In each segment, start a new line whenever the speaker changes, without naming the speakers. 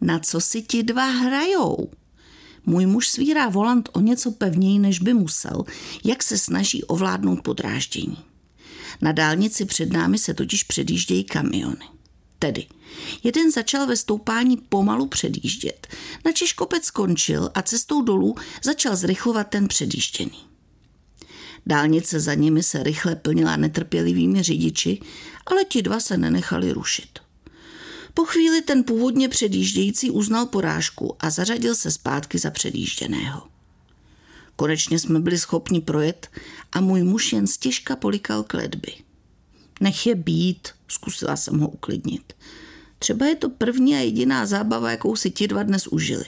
Na co si ti dva hrajou? Můj muž svírá volant o něco pevněji, než by musel, jak se snaží ovládnout podráždění. Na dálnici před námi se totiž předjíždějí kamiony. Tedy, jeden začal ve stoupání pomalu předjíždět, načež kopec skončil a cestou dolů začal zrychlovat ten předjížděný. Dálnice za nimi se rychle plnila netrpělivými řidiči, ale ti dva se nenechali rušit. Po chvíli ten původně předjíždějící uznal porážku a zařadil se zpátky za předjížděného. Konečně jsme byli schopni projet a můj muž jen stěžka polikal kletby. Nech je být, zkusila jsem ho uklidnit. Třeba je to první a jediná zábava, jakou si ti dva dnes užili.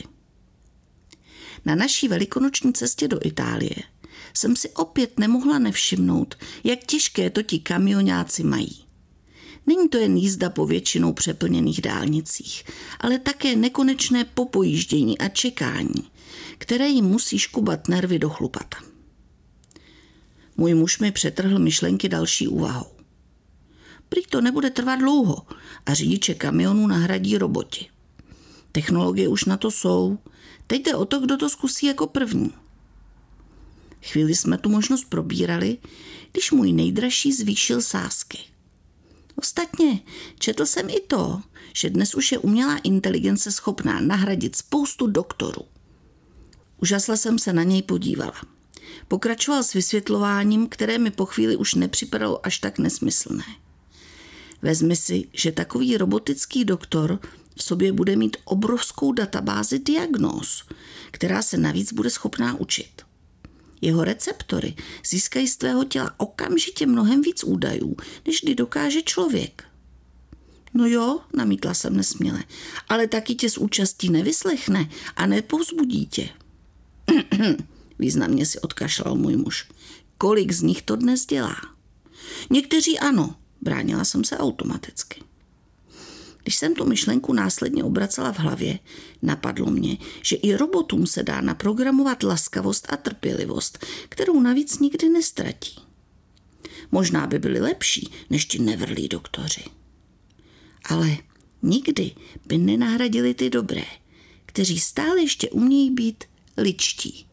Na naší velikonoční cestě do Itálie jsem si opět nemohla nevšimnout, jak těžké to ti kamionáci mají. Není to jen jízda po většinou přeplněných dálnicích, ale také nekonečné popojíždění a čekání, které jim musí škubat nervy do chlupata. Můj muž mi přetrhl myšlenky další úvahou. Prý to nebude trvat dlouho a řidiče kamionů nahradí roboti. Technologie už na to jsou, teď jde o to, kdo to zkusí jako první. Chvíli jsme tu možnost probírali, když můj nejdražší zvýšil sázky. Ostatně četl jsem i to, že dnes už je umělá inteligence schopná nahradit spoustu doktorů. Užasle jsem se na něj podívala. Pokračoval s vysvětlováním, které mi po chvíli už nepřipadalo až tak nesmyslné. Vezmi si, že takový robotický doktor v sobě bude mít obrovskou databázi diagnóz, která se navíc bude schopná učit. Jeho receptory získají z tvého těla okamžitě mnohem víc údajů, než kdy dokáže člověk. No jo, namítla jsem nesměle, ale taky tě z účastí nevyslechne a nepovzbudí tě. Významně si odkašlal můj muž. Kolik z nich to dnes dělá? Někteří ano, bránila jsem se automaticky. Když jsem tu myšlenku následně obracela v hlavě, napadlo mě, že i robotům se dá naprogramovat laskavost a trpělivost, kterou navíc nikdy nestratí. Možná by byli lepší než ti nevrlí doktoři. Ale nikdy by nenahradili ty dobré, kteří stále ještě umějí být lidští.